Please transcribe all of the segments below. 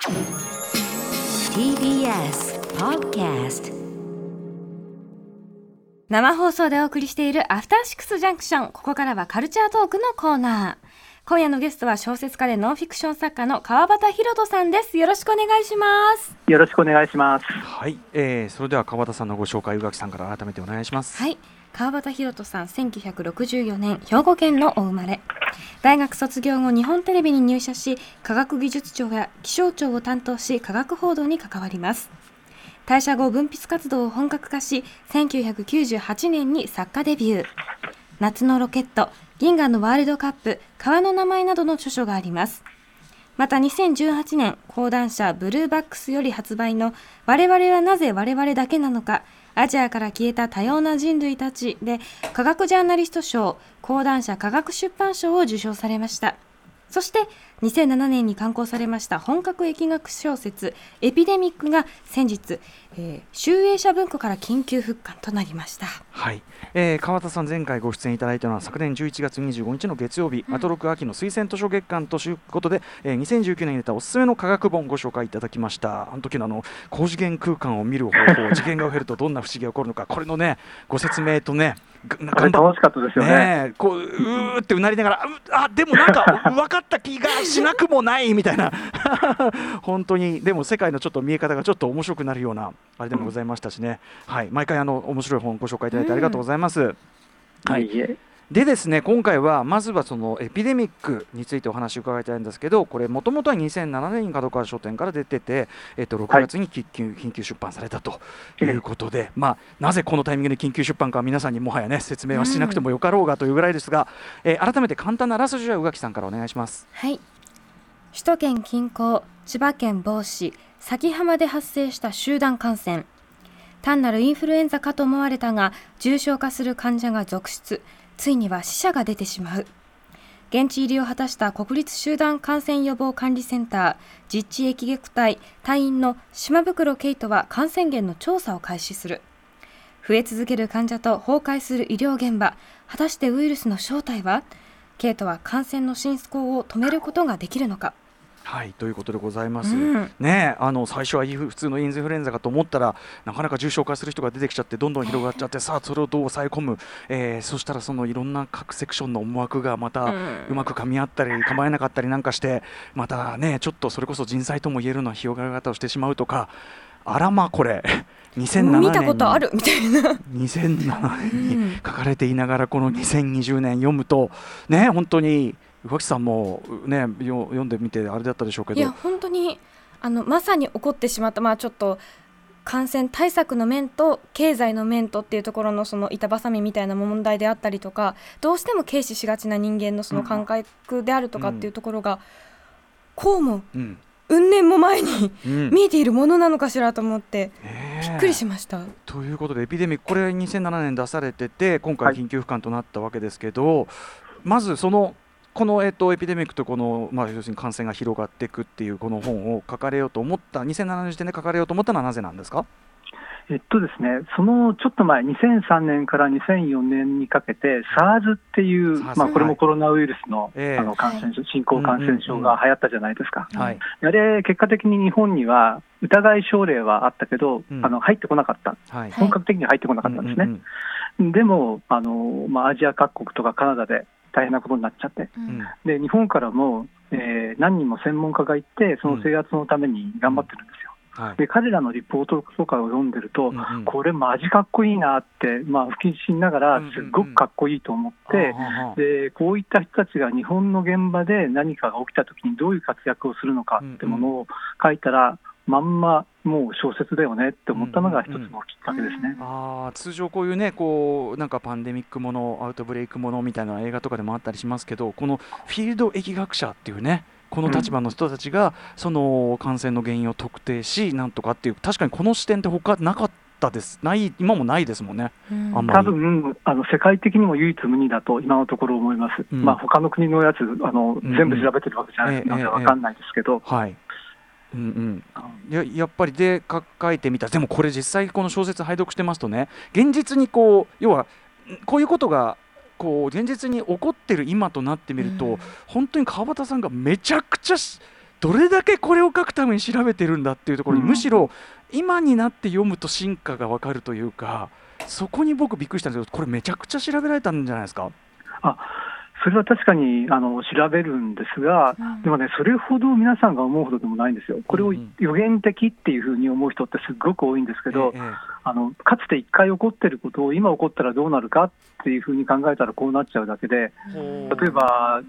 TBS Podcast。 生放送でお送りしているアフターシックスジャンクション。ここからはカルチャートークのコーナー。今夜のゲストは小説家でノンフィクション作家の川端博人さんです。よろしくお願いします。 よろしくお願いします。 はい、それでは川端さんのご紹介、宇垣さんから改めてお願いします。 はい、川端博人さん、1964年兵庫県のお生まれ。大学卒業後、日本テレビに入社し、科学技術庁や気象庁を担当し、科学報道に関わります。退社後、文筆活動を本格化し、1998年に作家デビュー。夏のロケット、銀河のワールドカップ、川の名前などの著書があります。また2018年、講談社ブルーバックスより発売の我々はなぜ我々だけなのか、アジアから消えた多様な人類たちで科学ジャーナリスト賞、講談社科学出版賞を受賞されました。そして2007年に刊行されました本格疫学小説エピデミックが先日、集英社文庫から緊急復刊となりました。 はい、川端さん前回ご出演いただいたのは昨年11月25日の月曜日、アトロク秋の推薦図書月間ということで、2019年に出たおすすめの科学本をご紹介いただきました。あの時の高次元空間を見る方法、次元が増えるとどんな不思議が起こるのか、これのねご説明とね、 これ楽しかったですよ ね。 こうーってうなりながら、でもなんか分かった気がしなくもないみたいな本当にでも世界のちょっと見え方がちょっと面白くなるようなあれでもございましたしね、はい、毎回面白い本をご紹介いただいてありがとうございます。はい、でですね、今回はまずはそのエピデミックについてお話を伺いたいんですけど、これもともとは2007年に角川書店から出てて、6月に緊急出版されたということで、なぜこのタイミングで緊急出版かは皆さんにもはやね説明はしなくてもよかろうがというぐらいですが、改めて簡単なあらすじは宇垣さんからお願いします。 はい、首都圏近郊千葉県某市崎浜で発生した集団感染。単なるインフルエンザかと思われたが、重症化する患者が続出、ついには死者が出てしまう。現地入りを果たした国立集団感染予防管理センター実地疫学隊隊員の島袋圭人は感染源の調査を開始する。増え続ける患者と崩壊する医療現場、果たしてウイルスの正体は。圭人は感染の進行を止めることができるのか。 はい、ということでございます、ね、最初は普通のインフルエンザかと思ったらなかなか重症化する人が出てきちゃってどんどん広がっちゃって、さあそれをどう抑え込む、そしたらそのいろんな各セクションの思惑がまたうまく噛み合ったり構えなかったりなんかして、またねちょっとそれこそ人災とも言えるような広がり方をしてしまうとか、あらこれ2007年見たことあるみたいな 2007年に書かれていながらこの2020年読むとね、本当に宇垣さんも、ね、読んでみてあれだったでしょうけど、 いや本当にまさに起こってしまった、ちょっと感染対策の面と経済の面とっていうところのその板挟みみたいな問題であったりとか、どうしても軽視しがちな人間のその感覚であるとかっていうところが、こうも、運年も前に見えているものなのかしらと思って、びっくりしました。 ということでエピデミック、これ2007年出されてて今回緊急復刊となったわけですけど、まずこのエピデミックとこの、要するに感染が広がっていくっていうこの本を書かれようと思った2007年の時点で書かれようと思ったのはなぜなんですか。 ですね、そのちょっと前2003年から2004年にかけて SARS っていう、これもコロナウイルスの、新興感染症が流行ったじゃないですか、あれ結果的に日本には疑い症例はあったけど、入ってこなかった、本格的に入ってこなかったんですね、でもアジア各国とかカナダで大変なことになっちゃって、で日本からも、何人も専門家がいてその制圧のために頑張ってるんですよ、で彼らのリポートとかを読んでると、これマジかっこいいなって、不謹慎ながらすっごくかっこいいと思って、でこういった人たちが日本の現場で何かが起きたときにどういう活躍をするのかってものを書いたら、まんまもう小説だよねって思ったのが一つのきっかけですね。 通常こういうねなんかパンデミックものアウトブレイクものみたいな映画とかでもあったりしますけど、このフィールド疫学者っていうねこの立場の人たちがその感染の原因を特定しなんとかっていう、確かにこの視点って他なかったです今もないですもんね、あんまり。多分世界的にも唯一無二だと今のところ思います、他の国のやつ全部調べてるわけじゃないので分かんないですけど、 やっぱりで書いてみた。でもこれ実際この小説拝読してますとね、現実に要はこういうことが現実に起こってる今となってみると、本当に川端さんがめちゃくちゃどれだけこれを書くために調べてるんだっていうところに、むしろ今になって読むと進化が分かるというか、そこに僕びっくりしたんですけど、これめちゃくちゃ調べられたんじゃないですか？ それは確かに調べるんですが、でもね、それほど皆さんが思うほどでもないんですよ。これを予言的っていうふうに思う人ってすごく多いんですけど、かつて一回起こっていることを今起こったらどうなるかっていうふうに考えたらこうなっちゃうだけで、例えば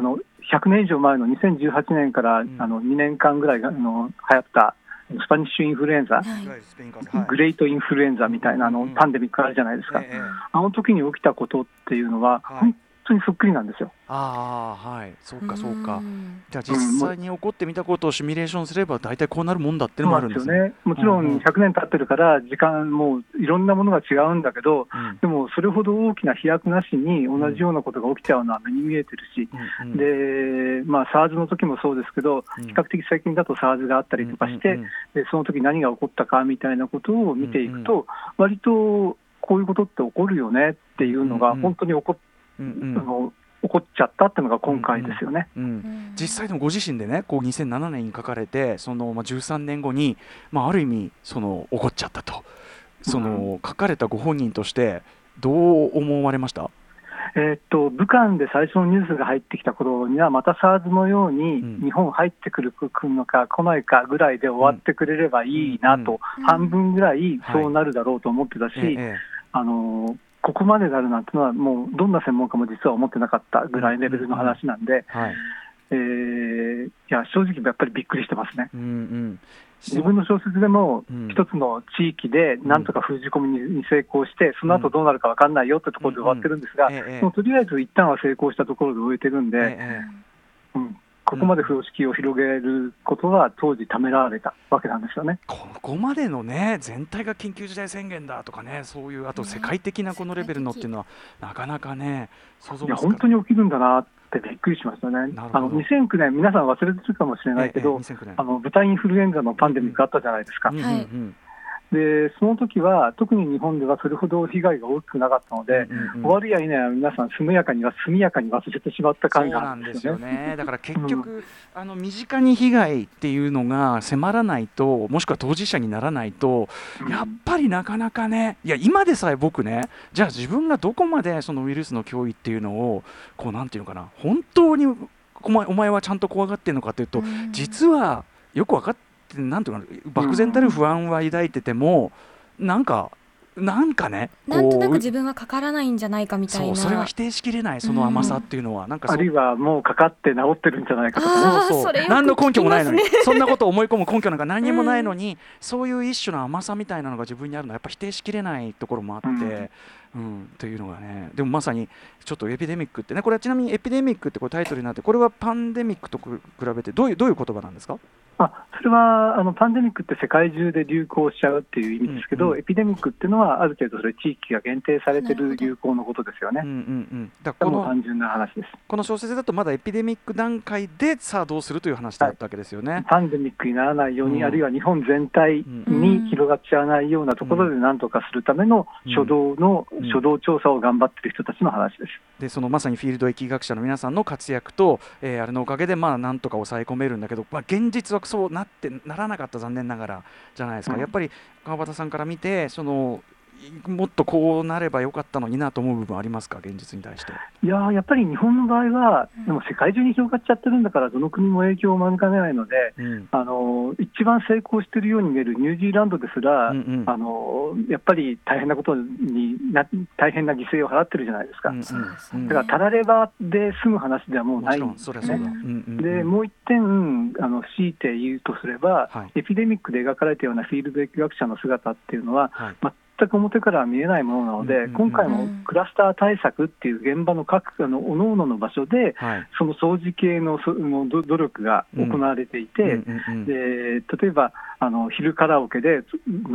100年以上前の2018年から2年間ぐらい流行ったスパニッシュインフルエンザ、グレートインフルエンザみたいなパンデミックあるじゃないですか。あの時に起きたことっていうのは、本当にそっくりなんですよ。 そうかそうか。じゃあ実際に起こってみたことをシミュレーションすれば大体こうなるもんだっていうのもあるんですね。 もちろん100年経ってるから時間もいろんなものが違うんだけど、でもそれほど大きな飛躍なしに同じようなことが起きちゃうのは目に見えてるし、でSARS の時もそうですけど、比較的最近だと SARS があったりとかして、でその時何が起こったかみたいなことを見ていくと、割とこういうことって起こるよねっていうのが本当に起こっちゃったっていうのが今回ですよね。 実際でもご自身でね、こう2007年に書かれて、その13年後に、ある意味起こっちゃったと、書かれたご本人としてどう思われました？ 武漢で最初のニュースが入ってきた頃には、また SARS のように日本入ってくるのか来ないかぐらいで終わってくれればいいなと、半分ぐらいそうなるだろうと思ってたし、ここまでなるなんてのはもうどんな専門家も実は思ってなかったぐらいレベルの話なんで、いや正直やっぱりびっくりしてますね。自分の小説でも一つの地域でなんとか封じ込みに成功して、その後どうなるか分かんないよってところで終わってるんですが、もうとりあえず一旦は成功したところで終えてるんで、ここまで風呂敷を広げることは当時ためられたわけなんですよね。 ここまでのね、全体が緊急事態宣言だとかね、そういうあと世界的なこのレベルのっていうのはなかなかね、想像がつかない。 本当に起きるんだなってびっくりしましたね。2009年皆さん忘れてるかもしれないけど、豚インフルエンザのパンデミックあったじゃないですか。でその時は特に日本ではそれほど被害が大きくなかったので、終わるやいないや皆さん速やかに忘れてしまった感があるんですよね。 だから結局、身近に被害っていうのが迫らないと、もしくは当事者にならないと、やっぱりなかなかね、いや今でさえ僕ね、じゃあ自分がどこまでそのウイルスの脅威っていうのをこうなんていうのかな、本当にお前はちゃんと怖がってるのかというと、実はよく分かってなんていうか漠然たる不安は抱いてても、なんかね、 なんとなく自分はかからないんじゃないかみたいな、 それは否定しきれない、その甘さっていうのは、なんかあるいはもうかかって治ってるんじゃないかとか、 何の根拠もないのに、そんなことを思い込む根拠なんか何もないのに、そういう一種の甘さみたいなのが自分にあるのはやっぱ否定しきれないところもあって、というのがね、でもまさにちょっとエピデミックってね、これはちなみにエピデミックってこれタイトルになって、これはパンデミックと比べてどういう言葉なんですか？ それはパンデミックって世界中で流行しちゃうっていう意味ですけど、エピデミックっていうのはある程度それ地域が限定されている流行のことですよね。この単純な話です。 この小説だとまだエピデミック段階でさあどうするという話だったわけですよね。 パンデミックにならないように、あるいは日本全体に広がっちゃわないようなところで何とかするための初動調査を頑張っている人たちの話です。 でそのまさにフィールド疫学者の皆さんの活躍と、あれのおかげでなんとか抑え込めるんだけど、現実はそうならなかった、残念ながらじゃないですか。やっぱり川端さんから見てもっとこうなればよかったのになと思う部分ありますか、現実に対して。 やっぱり日本の場合はでも世界中に広がっちゃってるんだから、どの国も影響を免れないので、一番成功しているように見えるニュージーランドですら、やっぱり大変な大変な犠牲を払ってるじゃないですか。だからたらればで済む話ではもうないんですね。でもう一点強いて言うとすれば、エピデミックで描かれたようなフィールド疫学者の姿っていうのは、全く表からは見えないものなので、今回もクラスター対策っていう現場の各各々の場所で、その掃除系の努力が行われていて、で例えば昼カラオケで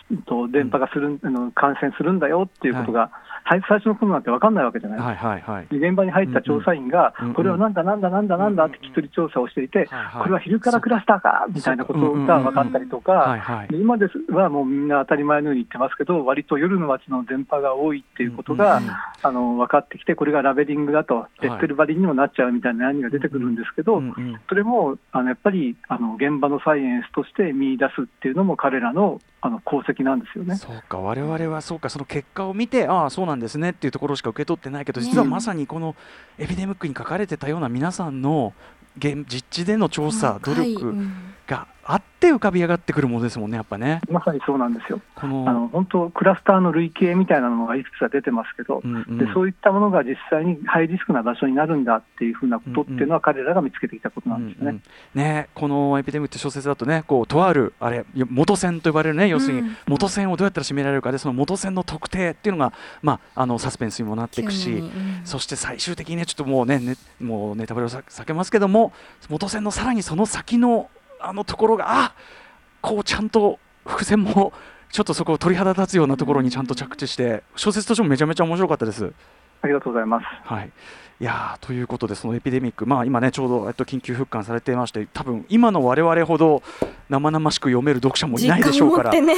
電波が感染するんだよっていうことが、最初の頃なんて分かんないわけじゃないですか。で現場に入った調査員が、これはなんだって聞き取り調査をしていて、これは昼からクラスターかみたいなことが分かったりとか、今ですはもうみんな当たり前のように言ってますけど、割と夜の街の電波が多いっていうことが分かってきて、これがラベリングだとレッテル張りにもなっちゃうみたいな悩みが出てくるんですけど、それもやっぱり現場のサイエンスとして見出すっていうのも彼らの功績なんですよね。 そうか、我々はそうか、その結果を見て、ああそうなんですねっていうところしか受け取ってないけど、実はまさにこのエピデミックに書かれてたような皆さんの実地での調査、努力があって浮かび上がってくるものですもんね、やっぱね。 まさにそうなんですよ。本当クラスターの類型みたいなのがいくつか出てますけど、でそういったものが実際にハイリスクな場所になるんだっていうふうなことっていうのは、彼らが見つけてきたことなんですね。 ね、このエピデミックって小説だとね、とある元線と呼ばれるね、要するに元線をどうやったら締められるかで、その元線の特定っていうのが、サスペンスにもなっていくし、そして最終的にね、ちょっともうネタバレを避けますけども、元線のさらにその先のところがちゃんと伏線もちょっとそこを鳥肌立つようなところにちゃんと着地して、小説としてもめちゃめちゃ面白かったです。 ありがとうございます。 いやということで、そのエピデミック、今ねちょうど緊急復刊されていまして、多分今の我々ほど生々しく読める読者もいないでしょうから、 なんか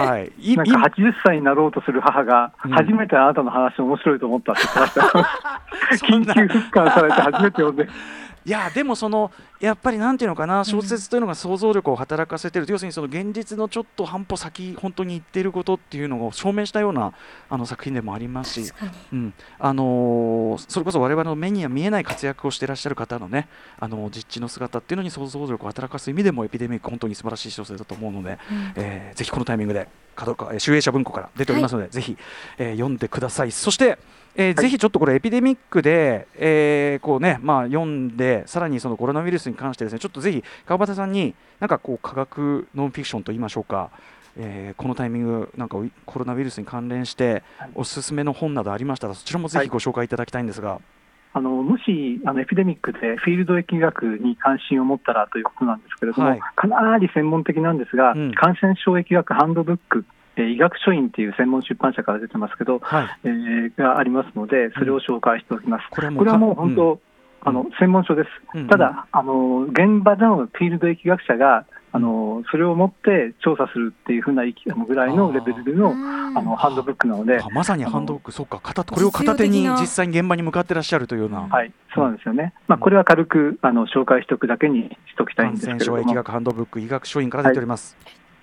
80歳になろうとする母が初めてあなたの話面白いと思ったって言ってました緊急復刊されて初めて読んでいやでもやっぱりなんていうのかな、小説というのが想像力を働かせている、要するにその現実のちょっと半歩先本当に言っていることっていうのを証明したような作品でもありますし、それこそ我々の目には見えない活躍をしていらっしゃる方のね、実地の姿っていうのに想像力を働かす意味でもエピデミック本当に素晴らしい小説だと思うので、ぜひこのタイミングで集英社文庫から出ておりますので、ぜひ、読んでください。そしてぜひちょっとこれエピデミックで、読んで、さらにそのコロナウイルスに関してですね、ちょっとぜひ川端さんに科学ノンフィクションといいましょうか、このタイミングコロナウイルスに関連しておすすめの本などありましたら、そちらもぜひご紹介いただきたいんですが。 もしエピデミックでフィールド疫学に関心を持ったらということなんですけれども、かなり専門的なんですが、感染症疫学ハンドブック、医学書院という専門出版社から出てますけど、がありますので、それを紹介しておきます。これはもう本当、専門書です。ただ現場でのフィールド疫学者がそれを持って調査するっていうふうなぐらいのレベルのハンドブックなので、 まさにハンドブック、そうか、これを片手に実際に現場に向かってらっしゃるというような。 そうなんですよね。これは軽く紹介しておくだけにしておきたいんですけれども、 感染症疫学ハンドブック、医学書院から出ております。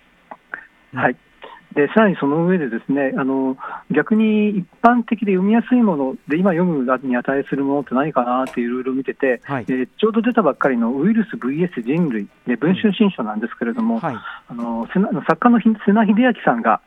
でさらにその上でですね、逆に一般的で読みやすいもので、今読むに値するものって何かなっていろいろ見てて、ちょうど出たばっかりのウイルス VS 人類で文春新書なんですけれども、作家の瀬名秀明さんが、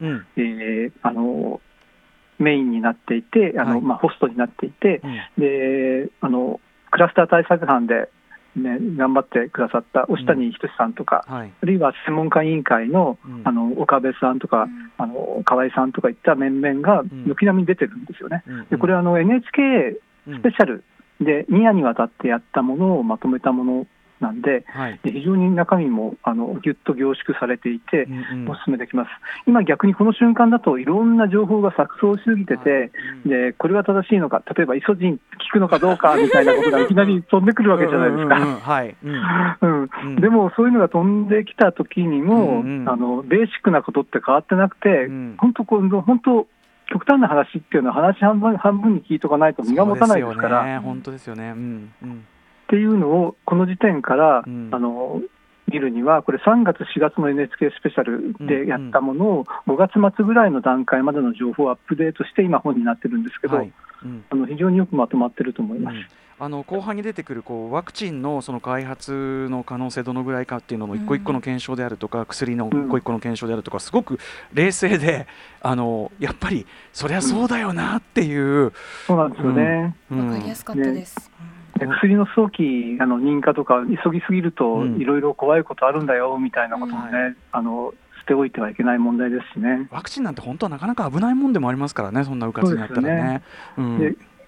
メインになっていて、ホストになっていて、でクラスター対策班で頑張ってくださった押谷仁さんとか、あるいは専門家委員会の、岡部さんとか河合さんとかいった面々が軒並み出てるんですよね。でこれはNHK スペシャルで2夜にわたってやったものをまとめたものなんで、非常に中身もぎゅっと凝縮されていて、お勧めできます。今逆にこの瞬間だといろんな情報が錯綜しすぎてて、でこれは正しいのか、例えばイソジン効くのかどうかみたいなことがいきなり飛んでくるわけじゃないですか。でもそういうのが飛んできた時にも、ベーシックなことって変わってなくて、本当極端な話っていうのは話半分に聞いとかないと身が持たないですから。 本当ですよね。 っていうのをこの時点から、見るには、これ3月4月の NHK スペシャルでやったものを5月末ぐらいの段階までの情報をアップデートして今本になってるんですけど、非常によくまとまってると思います。 後半に出てくるワクチンのその開発の可能性どのぐらいかっていうのの一個一個の検証であるとか、薬の一個一個の検証であるとか、すごく冷静で、やっぱりそりゃそうだよなっていう、 そうなんですよね。 わかりやすかったです。 薬の早期認可とか急ぎすぎるといろいろ怖いことあるんだよみたいなこともね、捨ておいてはいけない問題ですしね。 ワクチンなんて本当はなかなか危ないもんでもありますからね、そんなうかつにやったらね。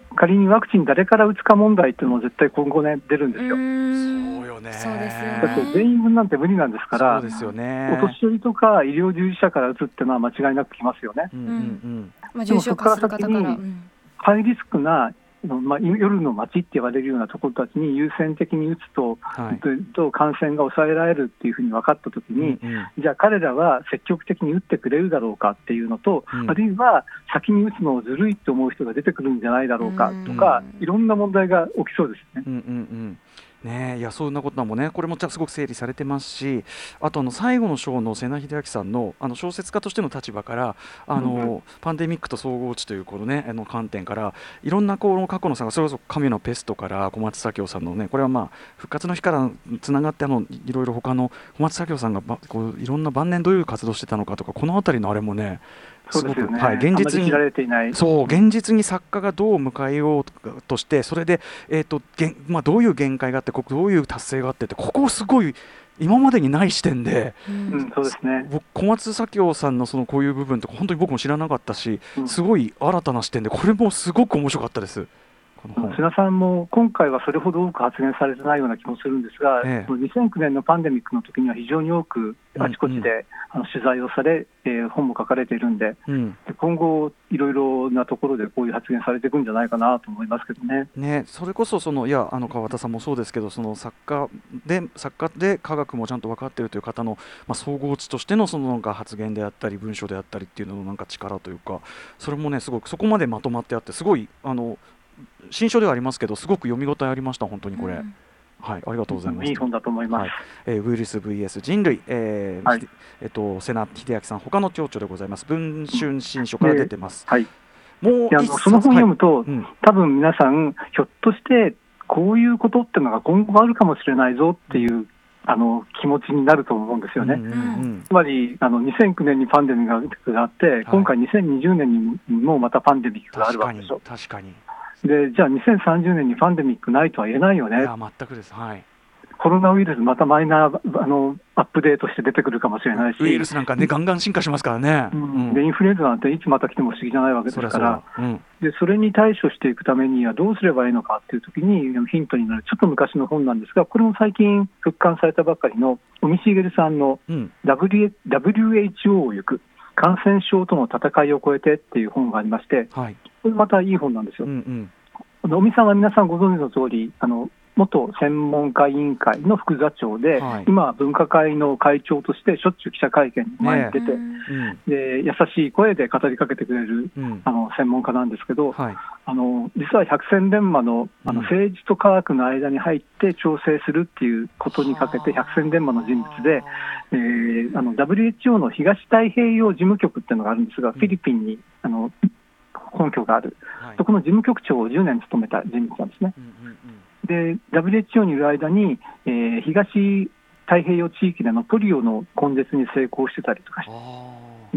仮にワクチン誰から打つか問題っていうのも絶対今後ね出るんですよ。 そうよね。 そうですよね。 だって全員分なんて無理なんですから、 そうですよね。 お年寄りとか医療従事者から打つっていうのは間違いなくきますよね。 重症化する方から、 ハイリスクな夜の街って言われるようなところたちに優先的に打つと、感染が抑えられるっていうふうに分かったときに、じゃあ彼らは積極的に打ってくれるだろうかっていうのと、あるいは先に打つのをずるいと思う人が出てくるんじゃないだろうかとか、いろんな問題が起きそうですね。 いやそんなこともね、これもすごく整理されてますし、あと最後の章の瀬名秀明さんの小説家としての立場からパンデミックと総合値というこのね観点からいろんなこの過去の差が、それこそ神のペストから小松左京さんのね、これは復活の日からつながっていろいろ他の小松左京さんがこういろんな晩年どういう活動してたのかとか、このあたりのあれもねすごく、現実に現実に作家がどう迎えようとして、それで、どういう限界があって、どういう達成があってって、ここすごい今までにない視点で、 そうですね、 小松左京さんのこういう部分とか本当に僕も知らなかったし、すごい新たな視点で、これもすごく面白かったです。 瀬名さんも今回はそれほど多く発言されてないような気もするんですが、2009年のパンデミックの時には非常に多くあちこちで取材をされ、本も書かれているんで、今後いろいろなところでこういう発言されていくんじゃないかなと思いますけどね。 それこそ川田さんもそうですけど、作家で科学もちゃんと分かっているという方の、総合値としての発言であったり文章であったりっていうのの力というか、それもねすごくそこまでまとまってあって、すごい新書ではありますけど、すごく読み応えありました、本当にこれ。ありがとうございます。 いい本だと思います。 ウイルス VS 人類、瀬名秀明さん、他の長著でございます。文春新書から出てます。 もうその本読むと、多分皆さんひょっとしてこういうことっていうのが今後あるかもしれないぞっていう気持ちになると思うんですよね。つまり2009年にパンデミックがあって、今回2020年にもまたパンデミックがあるわけでしょ。 確かに。 でじゃあ2030年にパンデミックないとは言えないよね。 いや全くです。 コロナウイルスまたマイナーアップデートして出てくるかもしれないし、 ウイルスなんかねガンガン進化しますからね。 でインフルエンザなんていつまた来ても不思議じゃないわけですから、でそれに対処していくためにはどうすればいいのかっていう時にヒントになるちょっと昔の本なんですが、これも最近復刊されたばかりの尾身茂さんの、WHO を行く感染症との戦いを超えてっていう本がありまして、これまたいい本なんですよ。尾身さんは皆さんご存知の通り元専門家委員会の副座長で、今分科会の会長としてしょっちゅう記者会見に前に出て、で優しい声で語りかけてくれる、専門家なんですけど、実は百戦錬磨の、政治と科学の間に入って調整するっていうことにかけて百戦錬磨の人物で、WHO の東太平洋事務局っていうのがあるんですが、フィリピンに本拠がある、そこの事務局長を10年務めた人物なんですね。で WHO にいる間に、東太平洋地域でのポリオの根絶に成功してたりとかして、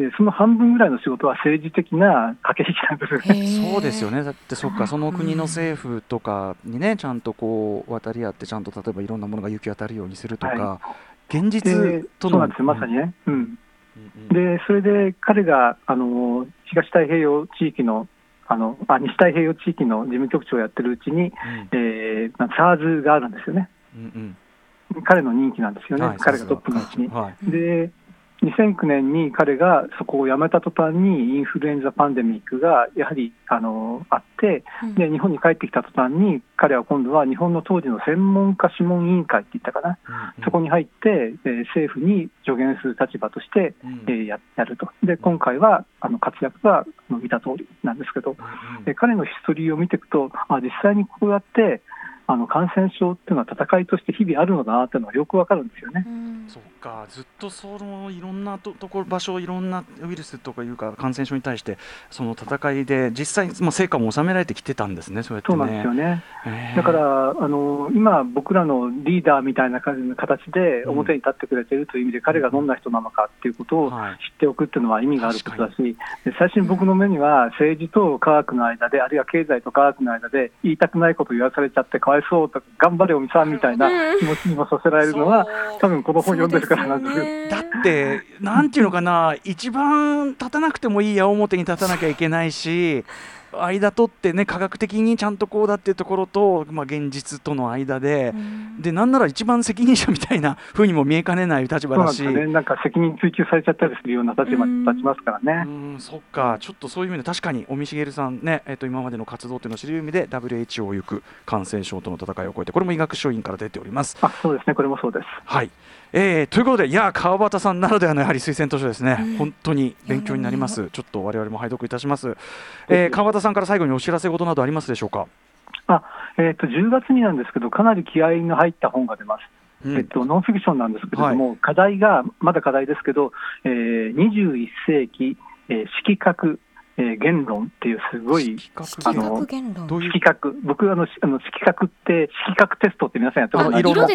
でその半分ぐらいの仕事は政治的な駆け引きなんですよね。 そうですよね。だってその国の政府とかにねちゃんとこう渡り合って、ちゃんと例えばいろんなものが行き渡るようにするとか、現実とのそうなんですよ、まさにね。でそれで彼が東太平洋地域の西太平洋地域の事務局長をやってるうちに、SARS があるんですよね。彼の任期なんですよね。彼がトップのうちに。で2009年に彼がそこを辞めた途端にインフルエンザパンデミックがやはりあって、で日本に帰ってきた途端に彼は今度は日本の当時の専門家諮問委員会って言ったかな、そこに入って、政府に助言する立場として、やると。で今回は活躍が見た通りなんですけど、彼のヒストリーを見ていくと実際にこうやって感染症っていうのは戦いとして日々あるのだなっていうのがよくわかるんですよね。 そっか、ずっといろんな場所、いろんなウイルスとかいうか感染症に対してその戦いで実際、成果も収められてきてたんですね。そうやってね。 そうなんですよね。だから今僕らのリーダーみたいな形で表に立ってくれているという意味で、彼がどんな人なのかっていうことを知っておくっていうのは意味があることだし、最初に僕の目には政治と科学の間で、あるいは経済と科学の間で言いたくないことを言わされちゃってかわいそうとか、頑張れ尾身さんみたいな気持ちにもさせられるのは、多分この本読んでるからなんですよ。 だってなんていうのかな、一番立たなくてもいい矢面に立たなきゃいけないし、 間取ってね、科学的にちゃんとこうだっていうところと、現実との間で、なんなら一番責任者みたいな風にも見えかねない立場だし、 そうなんですね、なんか責任追及されちゃったりするような立場に立ちますからね。 そっか、ちょっとそういう意味で確かに尾身茂さんね、今までの活動というのを知る意味で WHO を行く感染症との戦いを超えて、これも医学書院から出ております。 そうですね、これもそうです。 はい、ということで、いや川端さんならではのやはり推薦図書ですね、本当に勉強になります。ちょっと我々も拝読いたします。川端さんから最後にお知らせ事などありますでしょうか。 10月になんですけど、かなり気合いの入った本が出ます。ノンフィクションなんですけれども、課題がまだ課題ですけど、21世紀、色覚言論っていうすごい色覚言論、 色覚、僕色覚って色覚テストって皆さんやってます。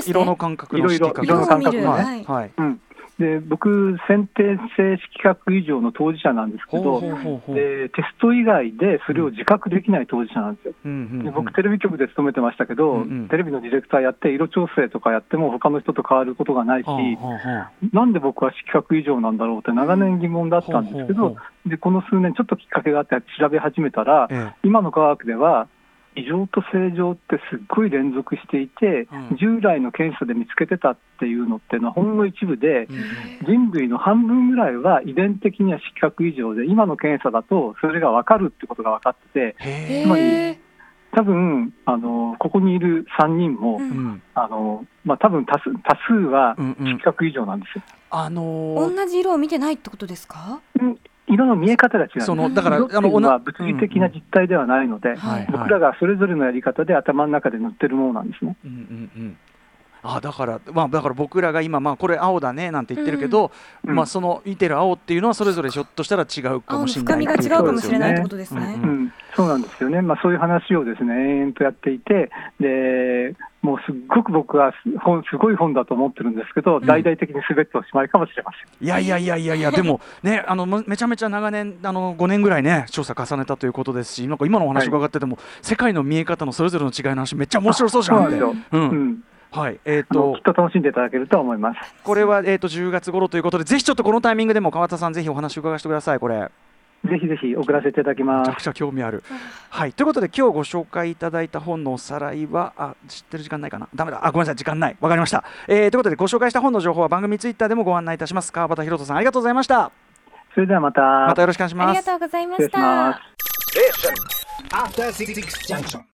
色の感覚の色の感覚のね。で僕、先天性色覚異常の当事者なんですけど、テスト以外でそれを自覚できない当事者なんですよ。で僕テレビ局で勤めてましたけど、テレビのディレクターやって色調整とかやっても他の人と変わることがないし、なんで僕は色覚異常なんだろうって長年疑問だったんですけど、でこの数年ちょっときっかけがあって調べ始めたら、今の科学では異常と正常ってすっごい連続していて、従来の検査で見つけてたっていうのってのはほんの一部で、人類の半分ぐらいは遺伝的には色覚異常で、今の検査だとそれが分かるってことが分かってて、つまり多分ここにいる3人も、多分多数は色覚異常なんですよ。 同じ色を見てないってことですか？ 色の見え方が違う。 だから色っていうのは物理的な実態ではないので、僕らがそれぞれのやり方で頭の中で塗ってるものなんですね。 だから僕らが今、これ青だねなんて言ってるけど、その見てる青っていうのはそれぞれひょっとしたら違うかもしれない。 深みが違うかもしれないってことですね。 そうなんですよね。そういう話をですね延々とやっていて、でもうすっごく僕はすごい本だと思ってるんですけど、大々的に滑っておしまいかもしれません。 いやでもね、めちゃめちゃ長年5年ぐらいね調査重ねたということですし、なんか今のお話伺ってても、世界の見え方のそれぞれの違いの話めっちゃ面白そうじゃんって。きっと楽しんでいただけると思います。 これは10月頃ということで、ぜひちょっとこのタイミングでも川田さんぜひお話を伺わせてください。これぜひぜひ送らせていただきます。 めちゃくちゃ興味ある。ということで今日ご紹介いただいた本のおさらいは知ってる時間ないかな、ダメだ、ごめんなさい、時間ない、わかりました。ということでご紹介した本の情報は番組ツイッターでもご案内いたします。川端博人さんありがとうございました。 それではまたよろしくお願いします。 ありがとうございました。